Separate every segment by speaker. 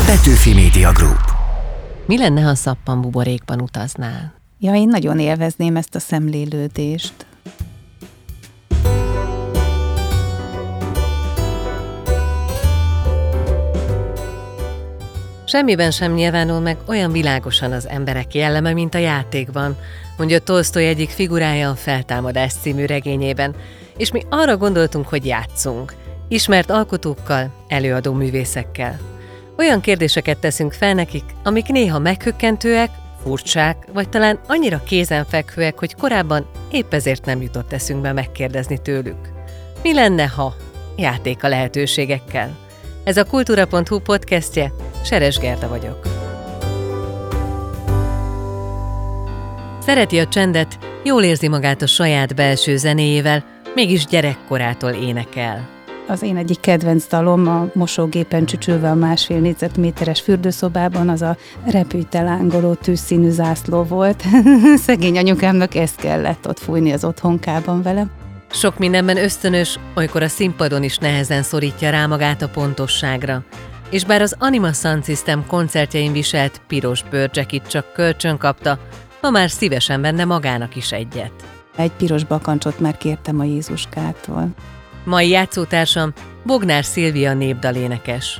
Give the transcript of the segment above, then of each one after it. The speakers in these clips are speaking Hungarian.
Speaker 1: Petőfi Media Group.
Speaker 2: Mi lenne, ha szappanbuborékban utaznál?
Speaker 3: Ja, én nagyon élvezném ezt a szemlélődést.
Speaker 2: Semmiben sem nyilvánul meg olyan világosan az emberek jelleme, mint a játékban, mondja Tolsztoj egyik figurája a Feltámadás című regényében, és mi arra gondoltunk, hogy játszunk, ismert alkotókkal, előadó művészekkel. Olyan kérdéseket teszünk fel nekik, amik néha meghökkentőek, furcsák, vagy talán annyira kézenfekvőek, hogy korábban épp ezért nem jutott eszünkbe megkérdezni tőlük. Mi lenne, ha? Játék a lehetőségekkel. Ez a Kultúra.hu podcastje, Seres Gerda vagyok. Szereti a csendet, jól érzi magát a saját belső zenéjével, mégis gyerekkorától énekel.
Speaker 3: Az én egyik kedvenc dalom a mosógépen csücsülve a 1,5 négyzetméteres fürdőszobában az a repültelángoló tűzszínű zászló volt. Szegény anyukámnak ez kellett ott fújni az otthonkában velem.
Speaker 2: Sok mindenben ösztönös, olykor a színpadon is nehezen szorítja rá magát a pontosságra. És bár az Anima Sound System koncertjein viselt piros bőrcsekit csak kölcsön kapta, ma már szívesen venne magának is egyet.
Speaker 3: Egy piros bakancsot már kértem a Jézuskától.
Speaker 2: Mai játszótársam Bognár Szilvia népdalénekes.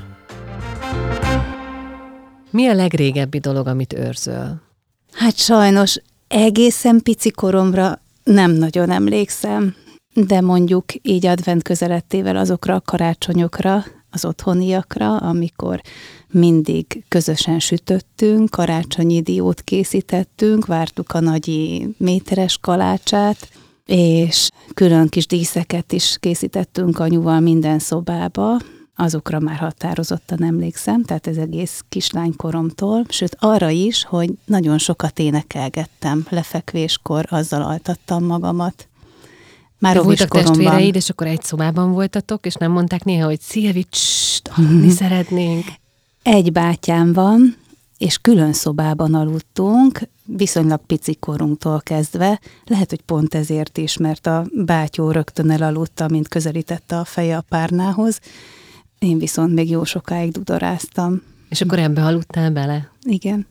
Speaker 2: Mi a legrégebbi dolog, amit őrzöl?
Speaker 3: Hát sajnos egészen pici koromra nem nagyon emlékszem, de mondjuk így advent közelettével azokra a karácsonyokra, az otthoniakra, amikor mindig közösen sütöttünk, karácsonyi diót készítettünk, vártuk a nagyi méteres kalácsát, és külön kis díszeket is készítettünk anyuval minden szobába, azokra már határozottan emlékszem, tehát ez egész kislánykoromtól, sőt arra is, hogy nagyon sokat énekelgettem lefekvéskor, azzal altattam magamat. Már
Speaker 2: voltak testvéreid, és akkor egy szobában voltatok, és nem mondták néha, hogy Szilvi, aludni szeretnénk.
Speaker 3: Egy bátyám van, és külön szobában aludtunk, viszonylag pici korunktól kezdve. Lehet, hogy pont ezért is, mert a bátyó rögtön elaludta, mint közelítette a feje a párnához. Én viszont még jó sokáig dudoráztam.
Speaker 2: És akkor ebbe aludtál bele?
Speaker 3: Igen.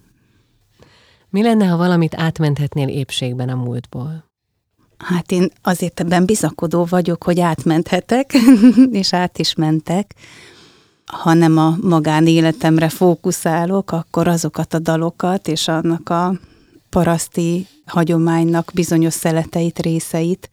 Speaker 2: Mi lenne, ha valamit átmenthetnél épségben a múltból?
Speaker 3: Hát én azért ebben bizakodó vagyok, hogy átmenthetek, és át is mentek. Ha nem a magánéletemre fókuszálok, akkor azokat a dalokat és annak a paraszti hagyománynak bizonyos szeleteit, részeit,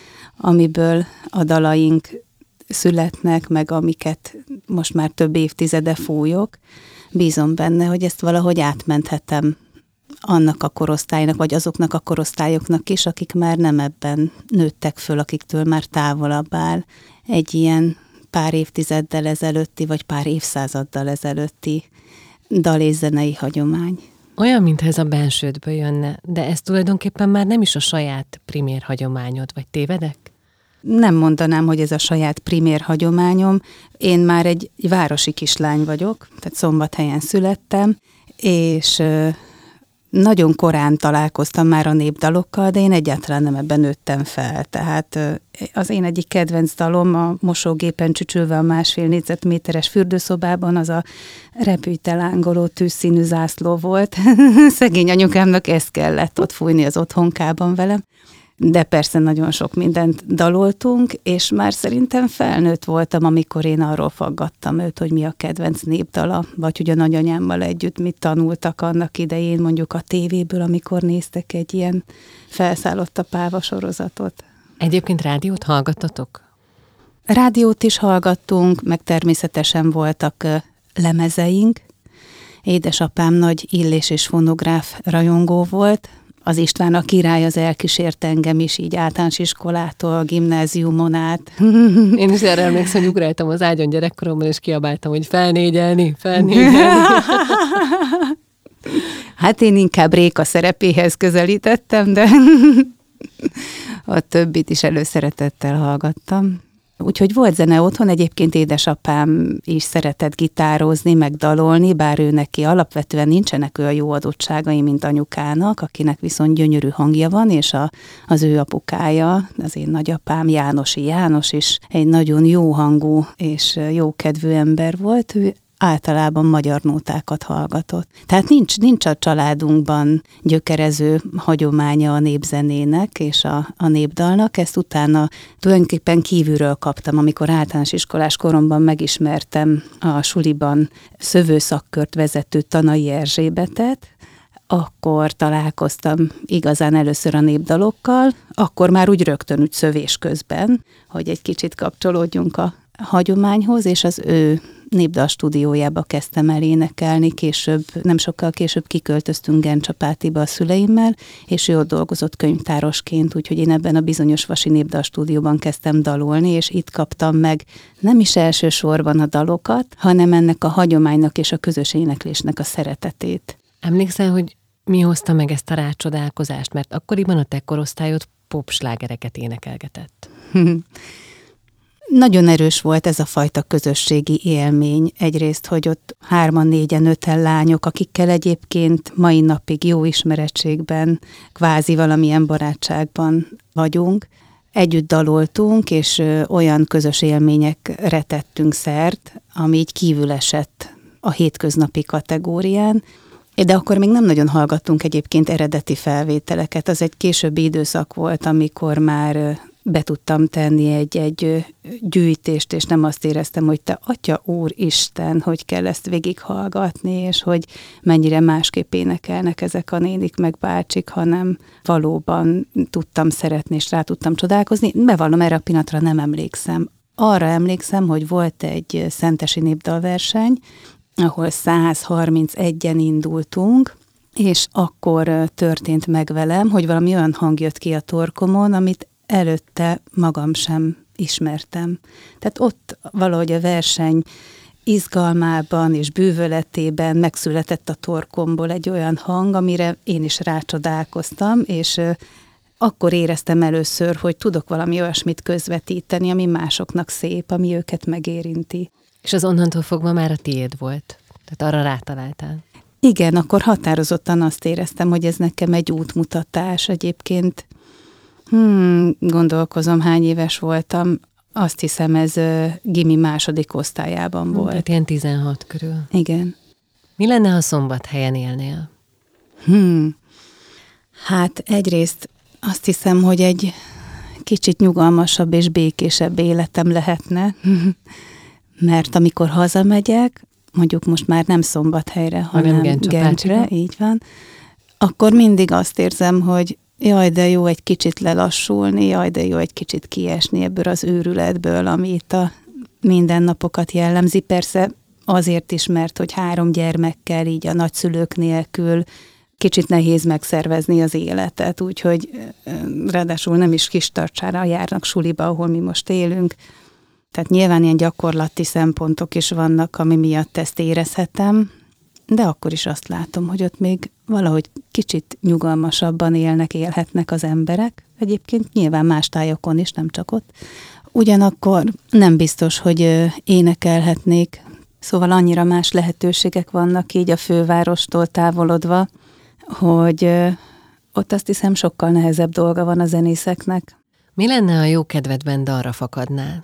Speaker 3: amiből a dalaink születnek, meg amiket most már több évtizede fújok, bízom benne, hogy ezt valahogy átmenthetem annak a korosztálynak, vagy azoknak a korosztályoknak is, akik már nem ebben nőttek föl, akiktől már távolabb áll egy ilyen pár évtizeddel ezelőtti, vagy pár évszázaddal ezelőtti dal- és zenei hagyomány.
Speaker 2: Olyan, mintha ez a bensődből jönne, de ez tulajdonképpen már nem is a saját primér hagyományod, vagy tévedek?
Speaker 3: Nem mondanám, hogy ez a saját primér hagyományom. Én már egy városi kislány vagyok, tehát Szombathelyen születtem, és nagyon korán találkoztam már a népdalokkal, de én egyáltalán nem ebben nőttem fel. Tehát az én egyik kedvenc dalom a mosógépen csücsülve a 1,5 négyzetméteres fürdőszobában az a repültelángoló tűzszínű zászló volt. Szegény anyukámnak ez kellett ott fújni az otthonkában velem. De persze nagyon sok mindent daloltunk, és már szerintem felnőtt voltam, amikor én arról faggattam őt, hogy mi a kedvenc népdala, vagy hogy a nagyanyámmal együtt mit tanultak annak idején, mondjuk a tévéből, amikor néztek egy ilyen Felszállott a páva sorozatot.
Speaker 2: Egyébként rádiót hallgattatok?
Speaker 3: Rádiót is hallgattunk, meg természetesen voltak lemezeink. Édesapám nagy illés és fonográf rajongó volt. Az István a király az elkísért engem is így általános iskolától, a gimnáziumon át.
Speaker 2: Én is erre emlékszem, hogy ugráltam az ágyon gyerekkoromban, és kiabáltam, hogy felnégyelni.
Speaker 3: Hát én inkább Réka szerepéhez közelítettem, de a többit is előszeretettel hallgattam. Úgyhogy volt zene otthon, egyébként édesapám is szeretett gitározni, meg dalolni, bár ő neki alapvetően nincsenek olyan jó adottságai, mint anyukának, akinek viszont gyönyörű hangja van, és az ő apukája, az én nagyapám János is egy nagyon jó hangú és jókedvű ember volt. Ő általában magyar nótákat hallgatott. Tehát nincs a családunkban gyökerező hagyománya a népzenének és a népdalnak. Ezt utána tulajdonképpen kívülről kaptam, amikor általános iskolás koromban megismertem a suliban szövőszakkört vezető Tanai Erzsébetet, akkor találkoztam igazán először a népdalokkal, akkor már úgy rögtön úgy szövés közben, hogy egy kicsit kapcsolódjunk a hagyományhoz, és az ő népdalstúdiójába kezdtem el énekelni, nem sokkal később kiköltöztünk Gencsapátiba a szüleimmel, és ő ott dolgozott könyvtárosként, úgyhogy én ebben a bizonyos vasi népdalstúdióban kezdtem dalolni, és itt kaptam meg nem is elsősorban a dalokat, hanem ennek a hagyománynak és a közös éneklésnek a szeretetét.
Speaker 2: Emlékszel, hogy mi hozta meg ezt a rácsodálkozást? Mert akkoriban a te korosztályod popslágereket énekelgetett.
Speaker 3: Nagyon erős volt ez a fajta közösségi élmény. Egyrészt, hogy ott 3-an, 4-en, 5-en lányok, akikkel egyébként mai napig jó ismerettségben, kvázi valamilyen barátságban vagyunk. Együtt daloltunk, és olyan közös élményekre tettünk szert, ami így kívül esett a hétköznapi kategórián. De akkor még nem nagyon hallgattunk egyébként eredeti felvételeket. Az egy későbbi időszak volt, amikor már be tudtam tenni egy gyűjtést, és nem azt éreztem, hogy te Atya Úristen, hogy kell ezt végighallgatni, és hogy mennyire másképp énekelnek ezek a nénik meg bácsik, hanem valóban tudtam szeretni, és rá tudtam csodálkozni. Bevallom, erre a pillanatra nem emlékszem. Arra emlékszem, hogy volt egy szentesi népdalverseny, ahol 131-en indultunk, és akkor történt meg velem, hogy valami olyan hang jött ki a torkomon, amit előtte magam sem ismertem. Tehát ott valahogy a verseny izgalmában és bűvöletében megszületett a torkomból egy olyan hang, amire én is rácsodálkoztam, és akkor éreztem először, hogy tudok valami olyasmit közvetíteni, ami másoknak szép, ami őket megérinti.
Speaker 2: És az onnantól fogva már a tiéd volt? Tehát arra rátaláltál?
Speaker 3: Igen, akkor határozottan azt éreztem, hogy ez nekem egy útmutatás. Egyébként gondolkozom, hány éves voltam. Azt hiszem, ez gimi második osztályában volt.
Speaker 2: Tehát ilyen 16 körül.
Speaker 3: Igen.
Speaker 2: Mi lenne, ha Szombathelyen élnél?
Speaker 3: Hát egyrészt azt hiszem, hogy egy kicsit nyugalmasabb és békésebb életem lehetne, mert amikor hazamegyek, mondjuk most már nem Szombathelyre, hanem Gencsre, így van, akkor mindig azt érzem, hogy jaj, de jó egy kicsit lelassulni, jaj, de jó egy kicsit kiesni ebből az őrületből, ami itt a mindennapokat jellemzi. Persze azért is, mert hogy 3 gyermekkel, így a nagyszülők nélkül kicsit nehéz megszervezni az életet, úgyhogy ráadásul nem is Kistarcsára járnak suliba, ahol mi most élünk. Tehát nyilván ilyen gyakorlati szempontok is vannak, ami miatt ezt érezhetem, de akkor is azt látom, hogy ott még valahogy kicsit nyugalmasabban élhetnek az emberek. Egyébként nyilván más tájokon is, nem csak ott. Ugyanakkor nem biztos, hogy énekelhetnék. Szóval annyira más lehetőségek vannak így a fővárostól távolodva, hogy ott azt hiszem sokkal nehezebb dolga van a zenészeknek.
Speaker 2: Mi lenne, ha jó kedvedben dalra fakadnál?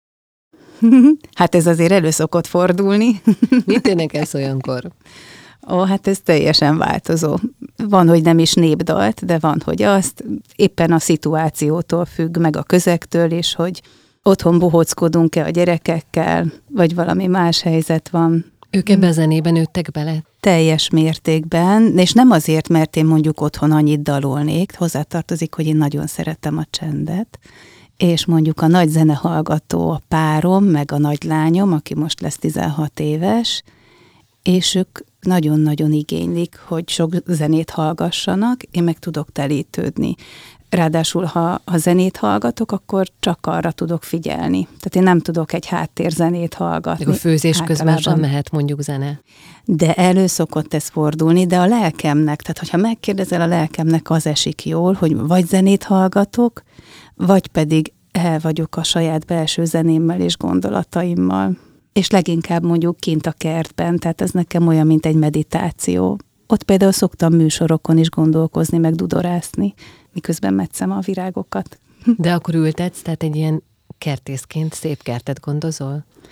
Speaker 3: Hát ez azért elő szokott fordulni.
Speaker 2: Mit énekelsz olyankor?
Speaker 3: Hát ez teljesen változó. Van, hogy nem is népdalt, de van, hogy azt. Éppen a szituációtól függ, meg a közegtől is, hogy otthon bohóckodunk-e a gyerekekkel, vagy valami más helyzet van.
Speaker 2: Ők ebben a zenében nőttek bele?
Speaker 3: Teljes mértékben, és nem azért, mert én mondjuk otthon annyit dalolnék, hozzátartozik, hogy én nagyon szeretem a csendet, és mondjuk a nagy zenehallgató a párom, meg a nagylányom, aki most lesz 16 éves, és ők nagyon-nagyon igénylik, hogy sok zenét hallgassanak, én meg tudok telítődni. Ráadásul, ha zenét hallgatok, akkor csak arra tudok figyelni. Tehát én nem tudok egy háttérzenét hallgatni.
Speaker 2: A főzés közben sem mehet mondjuk zene.
Speaker 3: De elő szokott ez fordulni, de a lelkemnek, tehát hogyha megkérdezel, a lelkemnek az esik jól, hogy vagy zenét hallgatok, vagy pedig el vagyok a saját belső zenémmel és gondolataimmal. És leginkább mondjuk kint a kertben, tehát ez nekem olyan, mint egy meditáció. Ott például szoktam műsorokon is gondolkozni, meg dudorászni, miközben metszem a virágokat.
Speaker 2: De akkor ültetsz, tehát egy ilyen kertészként szép kertet gondozol?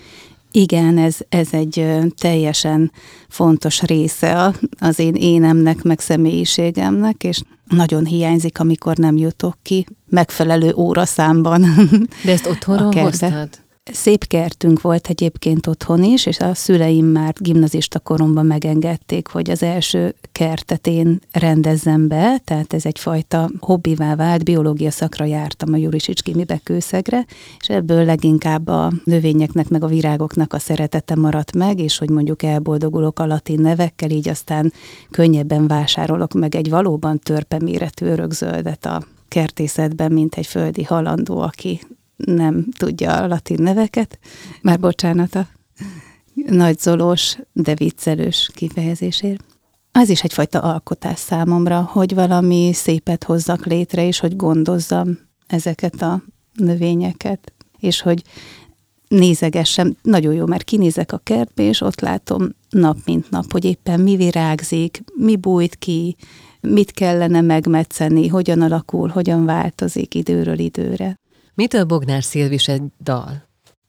Speaker 3: Igen, ez egy teljesen fontos része az én énemnek, meg személyiségemnek, és nagyon hiányzik, amikor nem jutok ki megfelelő óraszámban.
Speaker 2: De ezt otthonról hoztad?
Speaker 3: Szép kertünk volt egyébként otthon is, és a szüleim már gimnazista koromban megengedték, hogy az első kertet én rendezzem be, tehát ez egyfajta hobbivá vált, biológia szakra jártam a Jurisics Gimibe Kőszegre, és ebből leginkább a növényeknek meg a virágoknak a szeretete maradt meg, és hogy mondjuk elboldogulok a latin nevekkel, így aztán könnyebben vásárolok meg egy valóban törpeméretű örökzöldet a kertészetben, mint egy földi halandó, aki nem tudja a latin neveket. Már bocsánat a nagyzolós, de viccelős kifejezésért. Az is egyfajta alkotás számomra, hogy valami szépet hozzak létre, és hogy gondozzam ezeket a növényeket, és hogy nézegessem. Nagyon jó, mert kinézek a kertbe, és ott látom nap mint nap, hogy éppen mi virágzik, mi bújt ki, mit kellene megmetszeni, hogyan alakul, hogyan változik időről időre.
Speaker 2: Mitől Bognár Szilvis egy dal?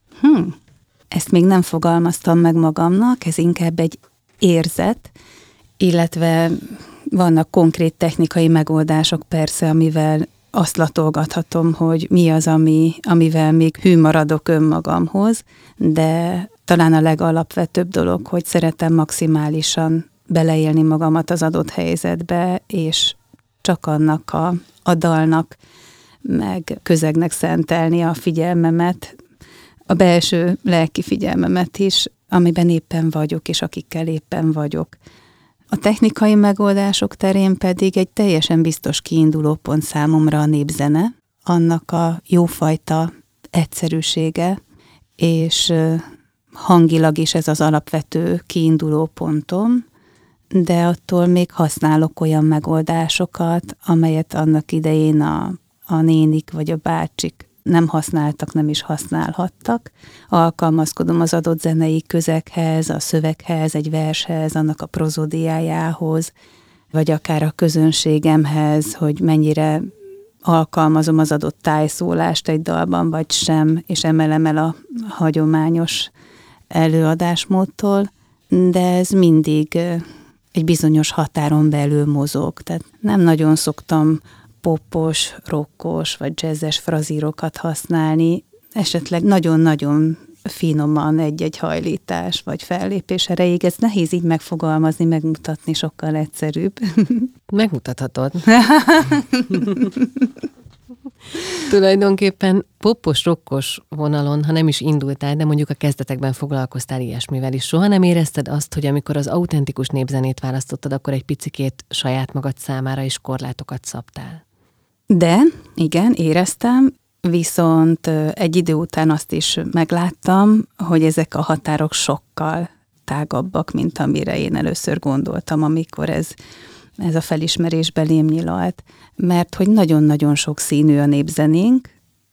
Speaker 3: Ezt még nem fogalmaztam meg magamnak, ez inkább egy érzet, illetve vannak konkrét technikai megoldások persze, amivel azt latolgathatom, hogy mi az, amivel még hű maradok önmagamhoz, de talán a legalapvetőbb dolog, hogy szeretem maximálisan beleélni magamat az adott helyzetbe, és csak annak a dalnak, meg közegnek szentelni a figyelmemet, a belső lelki figyelmemet is, amiben éppen vagyok, és akikkel éppen vagyok. A technikai megoldások terén pedig egy teljesen biztos kiindulópont számomra a népzene, annak a jófajta egyszerűsége, és hangilag is ez az alapvető kiindulópontom, de attól még használok olyan megoldásokat, amelyet annak idején a nénik vagy a bácsik nem használtak, nem is használhattak. Alkalmazkodom az adott zenei közeghez, a szöveghez, egy vershez, annak a prozódiájához, vagy akár a közönségemhez, hogy mennyire alkalmazom az adott tájszólást egy dalban, vagy sem, és emelem el a hagyományos előadásmódtól, de ez mindig egy bizonyos határon belül mozog. Tehát nem nagyon szoktam popos, rockos vagy jazzes frazírokat használni, esetleg nagyon-nagyon finoman egy-egy hajlítás vagy fellépés erejéig. Ez nehéz így megfogalmazni, megmutatni, sokkal egyszerűbb.
Speaker 2: Megmutathatod. Tulajdonképpen popos, rokkos vonalon, ha nem is indultál, de mondjuk a kezdetekben foglalkoztál ilyesmivel is. Soha nem érezted azt, hogy amikor az autentikus népzenét választottad, akkor egy picikét saját magad számára is korlátokat szabtál?
Speaker 3: De, igen, éreztem, viszont egy idő után azt is megláttam, hogy ezek a határok sokkal tágabbak, mint amire én először gondoltam, amikor ez a felismerés belém nyilalt. Mert hogy nagyon-nagyon sok színű a népzenénk,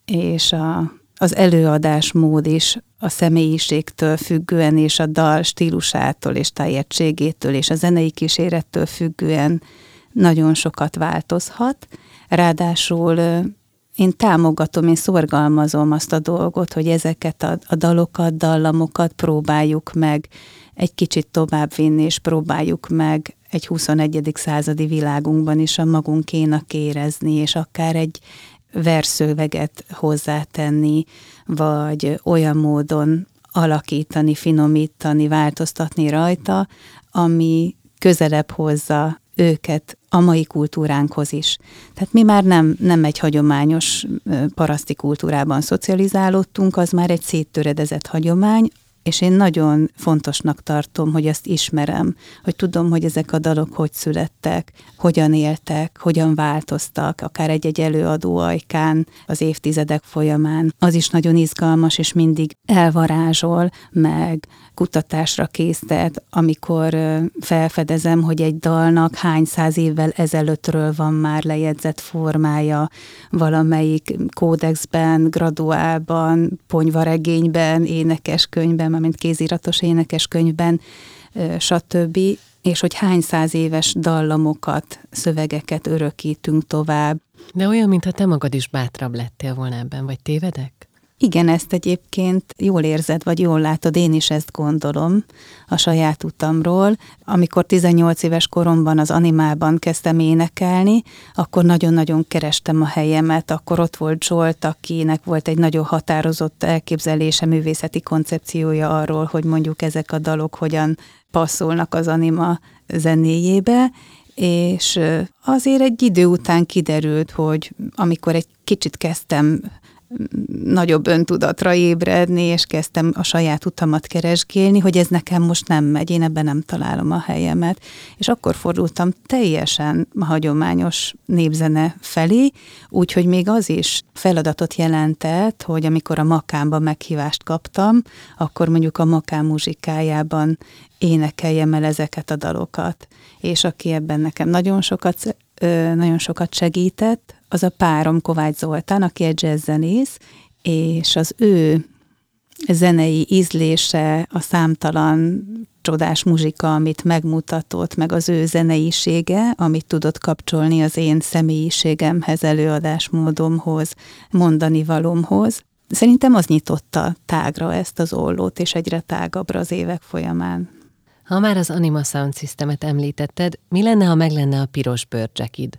Speaker 3: és az előadásmód is a személyiségtől függően, és a dal stílusától, és tájegységétől, és a zenei kísérettől függően nagyon sokat változhat. Ráadásul én támogatom, én szorgalmazom azt a dolgot, hogy ezeket a dalokat, dallamokat próbáljuk meg egy kicsit továbbvinni, és próbáljuk meg egy 21. századi világunkban is a magunkénak érezni, és akár egy versszöveget hozzátenni, vagy olyan módon alakítani, finomítani, változtatni rajta, ami közelebb hozza őket a mai kultúránkhoz is. Tehát mi már nem egy hagyományos paraszti kultúrában szocializálódtunk, az már egy széttöredezett hagyomány, és én nagyon fontosnak tartom, hogy azt ismerem, hogy tudom, hogy ezek a dalok hogy születtek, hogyan éltek, hogyan változtak, akár egy-egy előadó ajkán az évtizedek folyamán. Az is nagyon izgalmas, és mindig elvarázsol, meg kutatásra késztet, amikor felfedezem, hogy egy dalnak hány száz évvel ezelőttről van már lejegyzett formája, valamelyik kódexben, graduálban, ponyvaregényben, énekeskönyvben, mint kéziratos énekeskönyvben, stb., és hogy hány száz éves dallamokat, szövegeket örökítünk tovább.
Speaker 2: De olyan, mintha te magad is bátrabb lettél volna ebben, vagy tévedek?
Speaker 3: Igen, ezt egyébként jól érzed, vagy jól látod, én is ezt gondolom a saját utamról. Amikor 18 éves koromban az Animában kezdtem énekelni, akkor nagyon-nagyon kerestem a helyemet, akkor ott volt Zsolt, akinek volt egy nagyon határozott elképzelése, művészeti koncepciója arról, hogy mondjuk ezek a dalok hogyan passzolnak az Anima zenéjébe, és azért egy idő után kiderült, hogy amikor egy kicsit kezdtem nagyobb öntudatra ébredni, és kezdtem a saját utamat keresgélni, hogy ez nekem most nem megy, én ebben nem találom a helyemet. És akkor fordultam teljesen hagyományos népzene felé, úgyhogy még az is feladatot jelentett, hogy amikor a Makámba meghívást kaptam, akkor mondjuk a Makám muzsikájában énekeljem el ezeket a dalokat. És aki ebben nekem nagyon sokat segített, az a párom Kovács Zoltán, aki egy jazzzenész, és az ő zenei ízlése, a számtalan csodás muzsika, amit megmutatott, meg az ő zeneisége, amit tudott kapcsolni az én személyiségemhez, előadásmódomhoz, mondani valómhoz. Szerintem az nyitotta tágra ezt az ollót, és egyre tágabbra az évek folyamán.
Speaker 2: Ha már az Anima Sound Systemet említetted, mi lenne, ha meg lenne a piros bőrcsekid?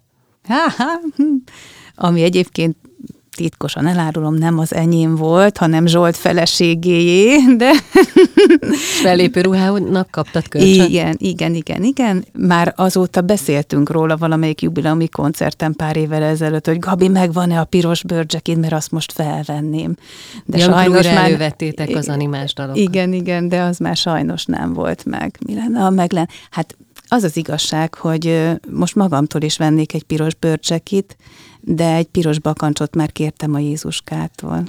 Speaker 3: Ami egyébként titkosan elárulom, nem az enyém volt, hanem Zsolt feleségéjé, de...
Speaker 2: Fellépő ruhának kaptad kölcsön?
Speaker 3: Igen. Már azóta beszéltünk róla valamelyik jubileumi koncerten pár évvel ezelőtt, hogy Gabi, megvan-e a piros bőrcsekid, mert azt most felvenném.
Speaker 2: De sajnos már elővettétek az animás dalokat.
Speaker 3: Igen, de az már sajnos nem volt meg. Mi lenne, ha meg lenne? Hát az az igazság, hogy most magamtól is vennék egy piros bőrcsekit, de egy piros bakancsot már kértem a Jézuskától.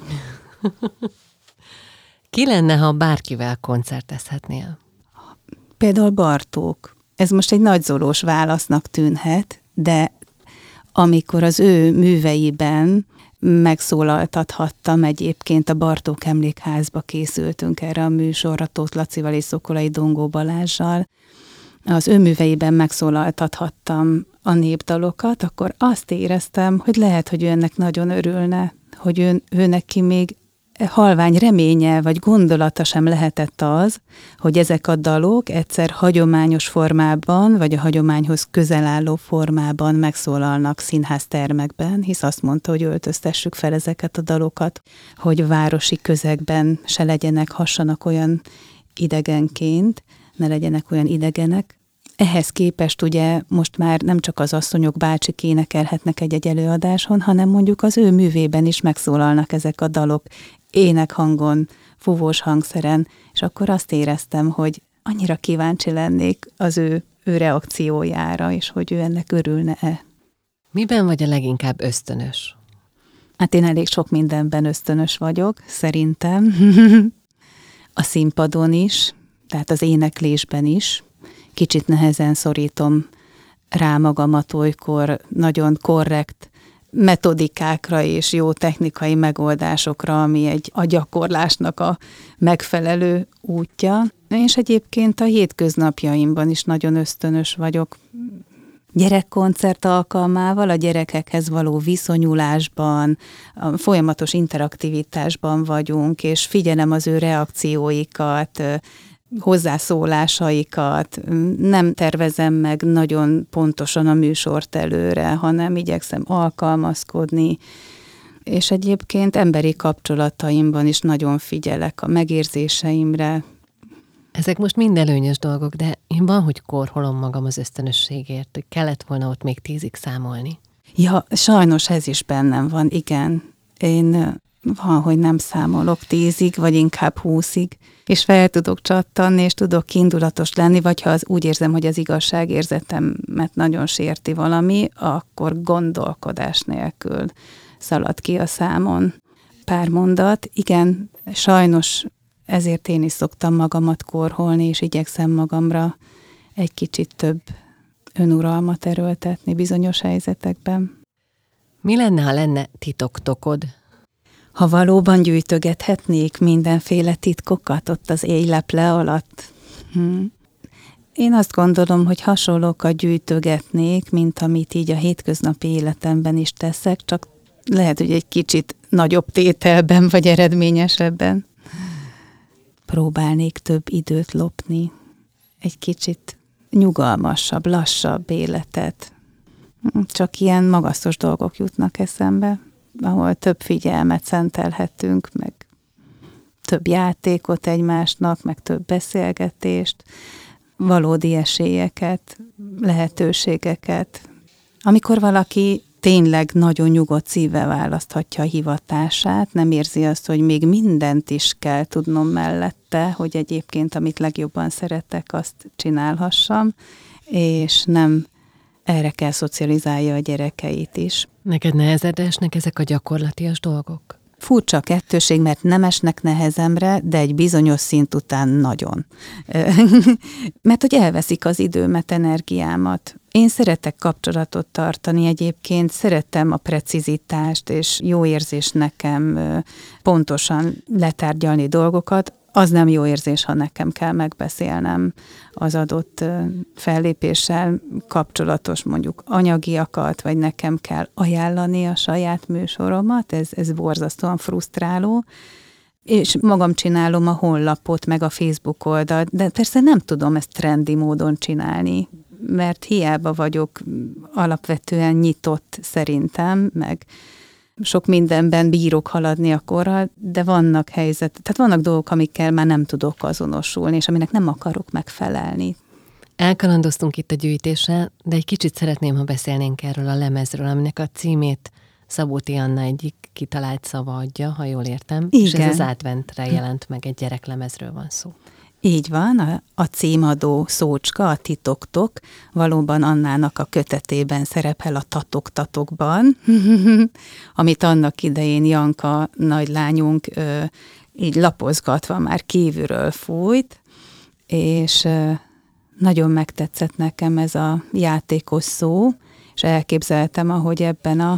Speaker 2: Ki lenne, ha bárkivel koncertezhetnél?
Speaker 3: Például Bartók. Ez most egy nagyzolós válasznak tűnhet, de amikor az ő műveiben megszólaltathattam, egyébként a Bartók Emlékházba készültünk erre a műsorra Tóth Lacival és Szokolai Dongó Balázssal, az ő műveiben megszólaltathattam a népdalokat, akkor azt éreztem, hogy lehet, hogy ő ennek nagyon örülne, hogy ő neki még halvány reménye vagy gondolata sem lehetett az, hogy ezek a dalok egyszer hagyományos formában, vagy a hagyományhoz közel álló formában megszólalnak színháztermekben, hisz azt mondta, hogy öltöztessük fel ezeket a dalokat, hogy városi közegben se legyenek, hassanak olyan idegenként, ne legyenek olyan idegenek. Ehhez képest ugye most már nem csak az asszonyok, bácsik énekelhetnek egy-egy előadáson, hanem mondjuk az ő művében is megszólalnak ezek a dalok énekhangon, fúvós hangszeren, és akkor azt éreztem, hogy annyira kíváncsi lennék az ő reakciójára, és hogy ő ennek örülne-e.
Speaker 2: Miben vagy a leginkább ösztönös?
Speaker 3: Hát én elég sok mindenben ösztönös vagyok, szerintem. A színpadon is, tehát az éneklésben is. Kicsit nehezen szorítom rá magamat olykor nagyon korrekt metodikákra és jó technikai megoldásokra, ami a gyakorlásnak a megfelelő útja. És egyébként a hétköznapjaimban is nagyon ösztönös vagyok. Gyerekkoncert alkalmával a gyerekekhez való viszonyulásban, a folyamatos interaktivitásban vagyunk, és figyelem az ő reakcióikat, hozzászólásaikat, nem tervezem meg nagyon pontosan a műsort előre, hanem igyekszem alkalmazkodni, és egyébként emberi kapcsolataimban is nagyon figyelek a megérzéseimre.
Speaker 2: Ezek most mind előnyös dolgok, de én van, hogy korholom magam az ösztönösségért, hogy kellett volna ott még 10-ig számolni.
Speaker 3: Ja, sajnos ez is bennem van, igen. Én van, hogy nem számolok 10-ig, vagy inkább 20-ig, és fel tudok csattanni, és tudok kiindulatos lenni, vagy ha az úgy érzem, hogy az igazságérzetemet nagyon sérti valami, akkor gondolkodás nélkül szalad ki a számon pár mondat. Igen, sajnos ezért én is szoktam magamat korholni, és igyekszem magamra egy kicsit több önuralmat erőltetni bizonyos helyzetekben.
Speaker 2: Mi lenne, ha lenne titoktokod?
Speaker 3: Ha valóban gyűjtögethetnék mindenféle titkokat ott az éjleple alatt. Én azt gondolom, hogy hasonlókat gyűjtögetnék, mint amit így a hétköznapi életemben is teszek, csak lehet, hogy egy kicsit nagyobb tételben vagy eredményesebben. Próbálnék több időt lopni, egy kicsit nyugalmasabb, lassabb életet. Csak ilyen magasztos dolgok jutnak eszembe, ahol több figyelmet szentelhetünk, meg több játékot egymásnak, meg több beszélgetést, valódi esélyeket, lehetőségeket. Amikor valaki tényleg nagyon nyugodt szívvel választhatja a hivatását, nem érzi azt, hogy még mindent is kell tudnom mellette, hogy egyébként amit legjobban szeretek, azt csinálhassam, és nem erre kell szocializálja a gyerekeit is.
Speaker 2: Neked nehezedre esnek ezek a gyakorlatias dolgok?
Speaker 3: Furcsa kettőség, mert nem esnek nehezemre, de egy bizonyos szint után nagyon. Mert hogy elveszik az időmet, energiámat. Én szeretek kapcsolatot tartani egyébként, szeretem a precizitást, és jó érzés nekem pontosan letárgyalni dolgokat. Az nem jó érzés, ha nekem kell megbeszélnem az adott fellépéssel kapcsolatos mondjuk anyagiakat, vagy nekem kell ajánlani a saját műsoromat, ez borzasztóan frusztráló, és magam csinálom a honlapot, meg a Facebook oldalt, de persze nem tudom ezt trendi módon csinálni, mert hiába vagyok alapvetően nyitott szerintem, meg sok mindenben bírok haladni a korral, de vannak tehát vannak dolgok, amikkel már nem tudok azonosulni, és aminek nem akarok megfelelni.
Speaker 2: Elkalandoztunk itt a gyűjtéssel, de egy kicsit szeretném, ha beszélnénk erről a lemezről, aminek a címét Szabóti Anna egyik kitalált szava adja, ha jól értem. Igen. És ez az Adventre jelent meg, egy gyereklemezről van szó.
Speaker 3: Így van, a címadó szócska, a titoktok, valóban Annának a kötetében szerepel a tatoktatokban, amit annak idején Janka nagylányunk így lapozgatva már kívülről fújt, és nagyon megtetszett nekem ez a játékos szó, és elképzeltem, ahogy ebben a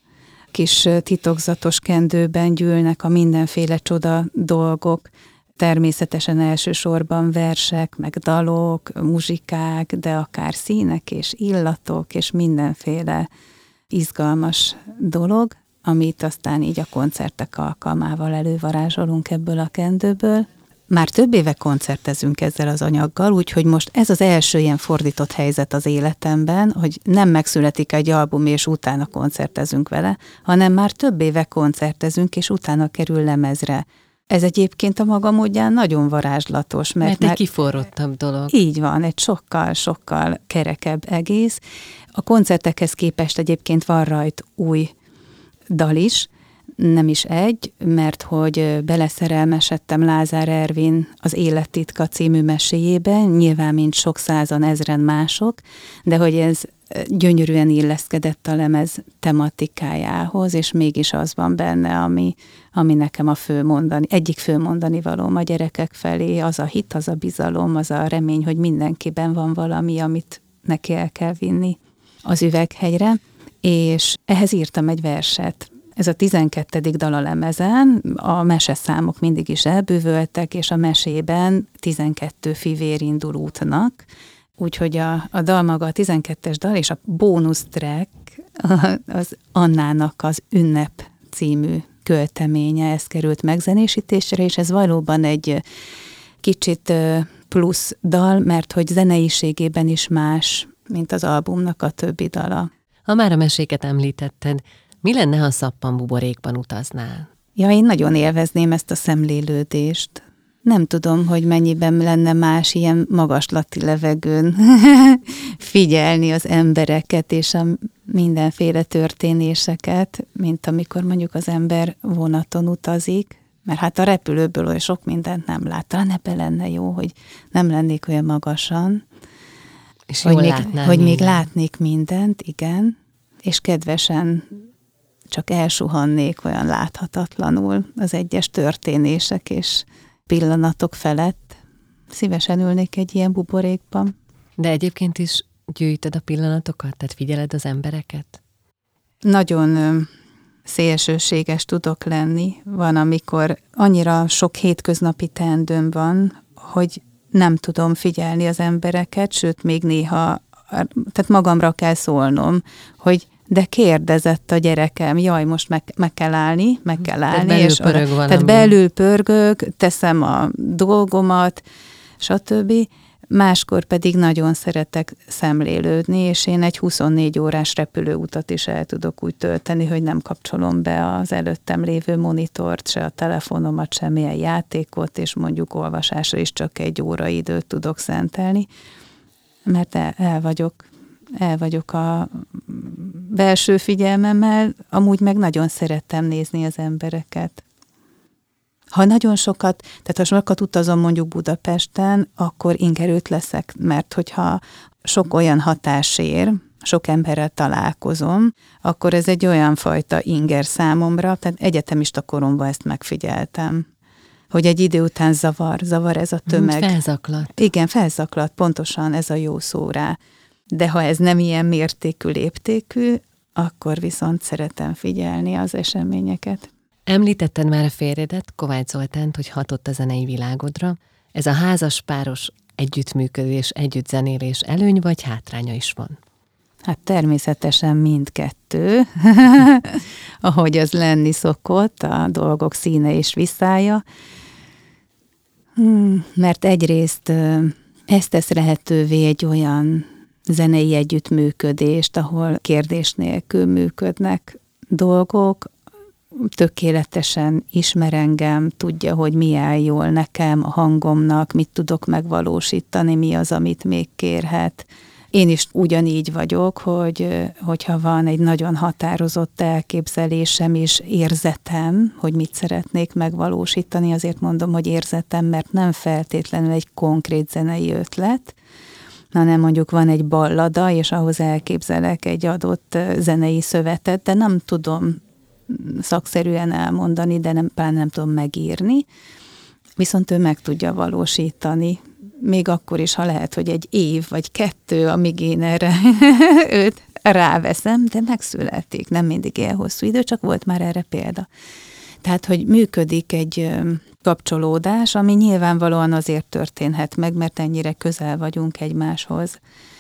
Speaker 3: kis titokzatos kendőben gyűlnek a mindenféle csoda dolgok, természetesen elsősorban versek, meg dalok, muzsikák, de akár színek és illatok, és mindenféle izgalmas dolog, amit aztán így a koncertek alkalmával elővarázsolunk ebből a kendőből. Már több éve koncertezünk ezzel az anyaggal, úgyhogy most ez az első ilyen fordított helyzet az életemben, hogy nem megszületik egy album, és utána koncertezünk vele, hanem már több éve koncertezünk, és utána kerül lemezre. Ez egyébként a maga módján nagyon varázslatos.
Speaker 2: Mert egy kiforrottabb dolog.
Speaker 3: Így van, egy sokkal kerekebb egész. A koncertekhez képest egyébként van rajt új dal is, nem is egy, mert hogy beleszerelmesedtem Lázár Ervin az Élettitka című meséjében, nyilván mint sok százan, ezren mások, de hogy ez gyönyörűen illeszkedett a lemez tematikájához, és mégis az van benne, ami nekem egyik fő mondani valóm a gyerekek felé, az a hit, az a bizalom, az a remény, hogy mindenkiben van valami, amit neki el kell vinni az üveghegyre, és ehhez írtam egy verset. Ez a 12. dal a lemezen, a meseszámok mindig is elbűvöltek, és a mesében 12 fivér indul útnak, úgyhogy a dal maga a 12-es dal, és a bónusz track az Annának az Ünnep című költeménye, ez került megzenésítésre, és ez valóban egy kicsit plusz dal, mert hogy zeneiségében is más, mint az albumnak a többi dala.
Speaker 2: Ha már a meséket említetted, mi lenne, ha szappanbuborékban utaznál?
Speaker 3: Ja, én nagyon élvezném ezt a szemlélődést. Nem tudom, hogy mennyiben lenne más ilyen magaslati levegőn figyelni az embereket és a mindenféle történéseket, mint amikor mondjuk az ember vonaton utazik, mert hát a repülőből olyan sok mindent nem lát. Talán ebben lenne jó, hogy nem lennék olyan magasan,
Speaker 2: és
Speaker 3: hogy még látnék mindent, igen, és kedvesen csak elsuhannék olyan láthatatlanul az egyes történések és pillanatok felett. Szívesen ülnék egy ilyen buborékban.
Speaker 2: De egyébként is gyűjtöd a pillanatokat? Tehát figyeled az embereket?
Speaker 3: Nagyon szélsőséges tudok lenni. Van, amikor annyira sok hétköznapi teendőm van, hogy nem tudom figyelni az embereket, sőt, még néha, tehát magamra kell szólnom, hogy de kérdezett a gyerekem, jaj, most meg kell állni.
Speaker 2: Tehát
Speaker 3: belül pörgök, teszem a dolgomat, stb. Máskor pedig nagyon szeretek szemlélődni, és én egy 24 órás repülőutat is el tudok úgy tölteni, hogy nem kapcsolom be az előttem lévő monitort, se a telefonomat, semmilyen játékot, és mondjuk olvasásra is csak 1 óra időt tudok szentelni, mert el vagyok a belső figyelmemmel, amúgy meg nagyon szerettem nézni az embereket. Ha nagyon sokat, tehát ha sokat utazom mondjuk Budapesten, akkor ingerült leszek, mert hogyha sok olyan hatás ér, sok emberrel találkozom, akkor ez egy olyan fajta inger számomra, tehát egyetemista koromban ezt megfigyeltem, hogy egy idő után zavar ez a tömeg.
Speaker 2: Felzaklat.
Speaker 3: Igen, felzaklat, pontosan ez a jó szó rá. De ha ez nem ilyen mértékű, léptékű, akkor viszont szeretem figyelni az eseményeket.
Speaker 2: Említetted már a férjedet, Kovács Zoltánt, hogy hatott a zenei világodra. Ez a házaspáros együttműködés, együttzenélés előny vagy hátránya is van?
Speaker 3: Hát természetesen mindkettő, ahogy az lenni szokott, a dolgok színe és visszája. Mert egyrészt ez tesz lehetővé egy olyan zenei együttműködést, ahol kérdés nélkül működnek dolgok, tökéletesen ismer engem, tudja, hogy mi áll jól nekem, a hangomnak, mit tudok megvalósítani, mi az, amit még kérhet. Én is ugyanígy vagyok, hogyha van egy nagyon határozott elképzelésem és érzetem, hogy mit szeretnék megvalósítani, azért mondom, hogy érzetem, mert nem feltétlenül egy konkrét zenei ötlet, hanem mondjuk van egy ballada, és ahhoz elképzelek egy adott zenei szövetet, de nem tudom szakszerűen elmondani, de nem tudom megírni, viszont ő meg tudja valósítani. Még akkor is, ha lehet, hogy 1 év vagy 2, amíg én erre őt ráveszem, de megszületik. Nem mindig ilyen hosszú idő, csak volt már erre példa. Tehát, hogy működik egy kapcsolódás, ami nyilvánvalóan azért történhet meg, mert ennyire közel vagyunk egymáshoz.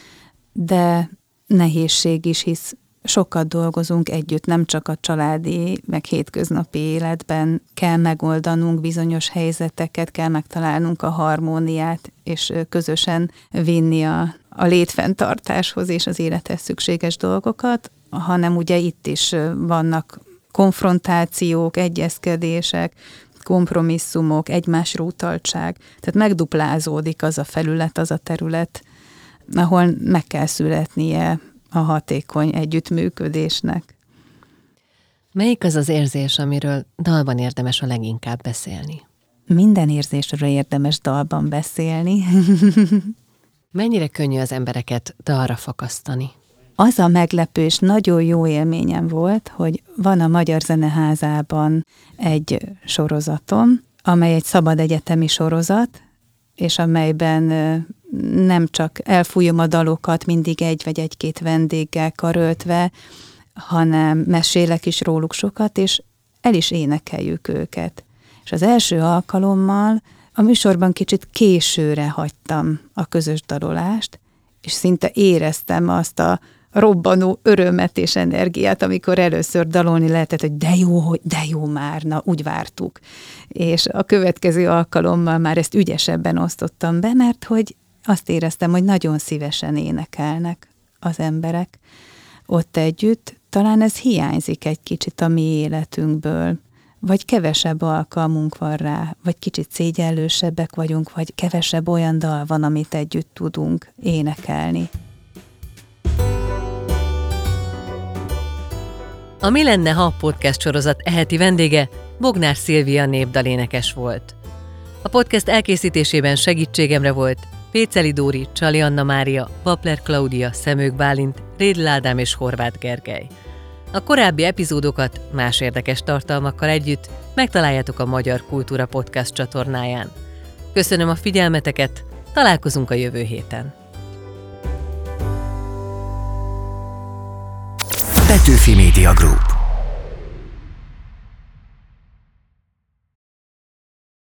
Speaker 3: De nehézség is, hisz sokat dolgozunk együtt, nem csak a családi, meg hétköznapi életben kell megoldanunk bizonyos helyzeteket, kell megtalálnunk a harmóniát, és közösen vinni a létfenntartáshoz és az élethez szükséges dolgokat, hanem ugye itt is vannak konfrontációk, egyezkedések, kompromisszumok, egymásra utaltság. Tehát megduplázódik az a felület, az a terület, ahol meg kell születnie a hatékony együttműködésnek.
Speaker 2: Melyik az az érzés, amiről dalban érdemes a leginkább beszélni?
Speaker 3: Minden érzésről érdemes dalban beszélni.
Speaker 2: Mennyire könnyű az embereket dalra fakasztani?
Speaker 3: Az a meglepő és nagyon jó élményem volt, hogy van a Magyar Zeneházában egy sorozatom, amely egy szabad egyetemi sorozat, és amelyben nem csak elfújom a dalokat mindig 1 vagy 1-2 vendéggel karöltve, hanem mesélek is róluk sokat, és el is énekeljük őket. És az első alkalommal a műsorban kicsit későre hagytam a közös dalolást, és szinte éreztem azt a robbanó örömet és energiát, amikor először dalolni lehetett, hogy de jó már, na úgy vártuk. És a következő alkalommal már ezt ügyesebben osztottam be, mert hogy azt éreztem, hogy nagyon szívesen énekelnek az emberek ott együtt. Talán ez hiányzik egy kicsit a mi életünkből, vagy kevesebb alkalmunk van rá, vagy kicsit szégyellősebbek vagyunk, vagy kevesebb olyan dal van, amit együtt tudunk énekelni.
Speaker 2: A Mi lenne, ha podcast sorozat eheti vendége Bognár Szilvia népdalénekes volt. A podcast elkészítésében segítségemre volt Péceli Dóri, Csali Anna Mária, Papler Klaudia, Szemők Bálint, Rédl Ádám és Horváth Gergely. A korábbi epizódokat más érdekes tartalmakkal együtt megtaláljátok a Magyar Kultúra Podcast csatornáján. Köszönöm a figyelmeteket, találkozunk a jövő héten.
Speaker 1: Petőfi Media Group.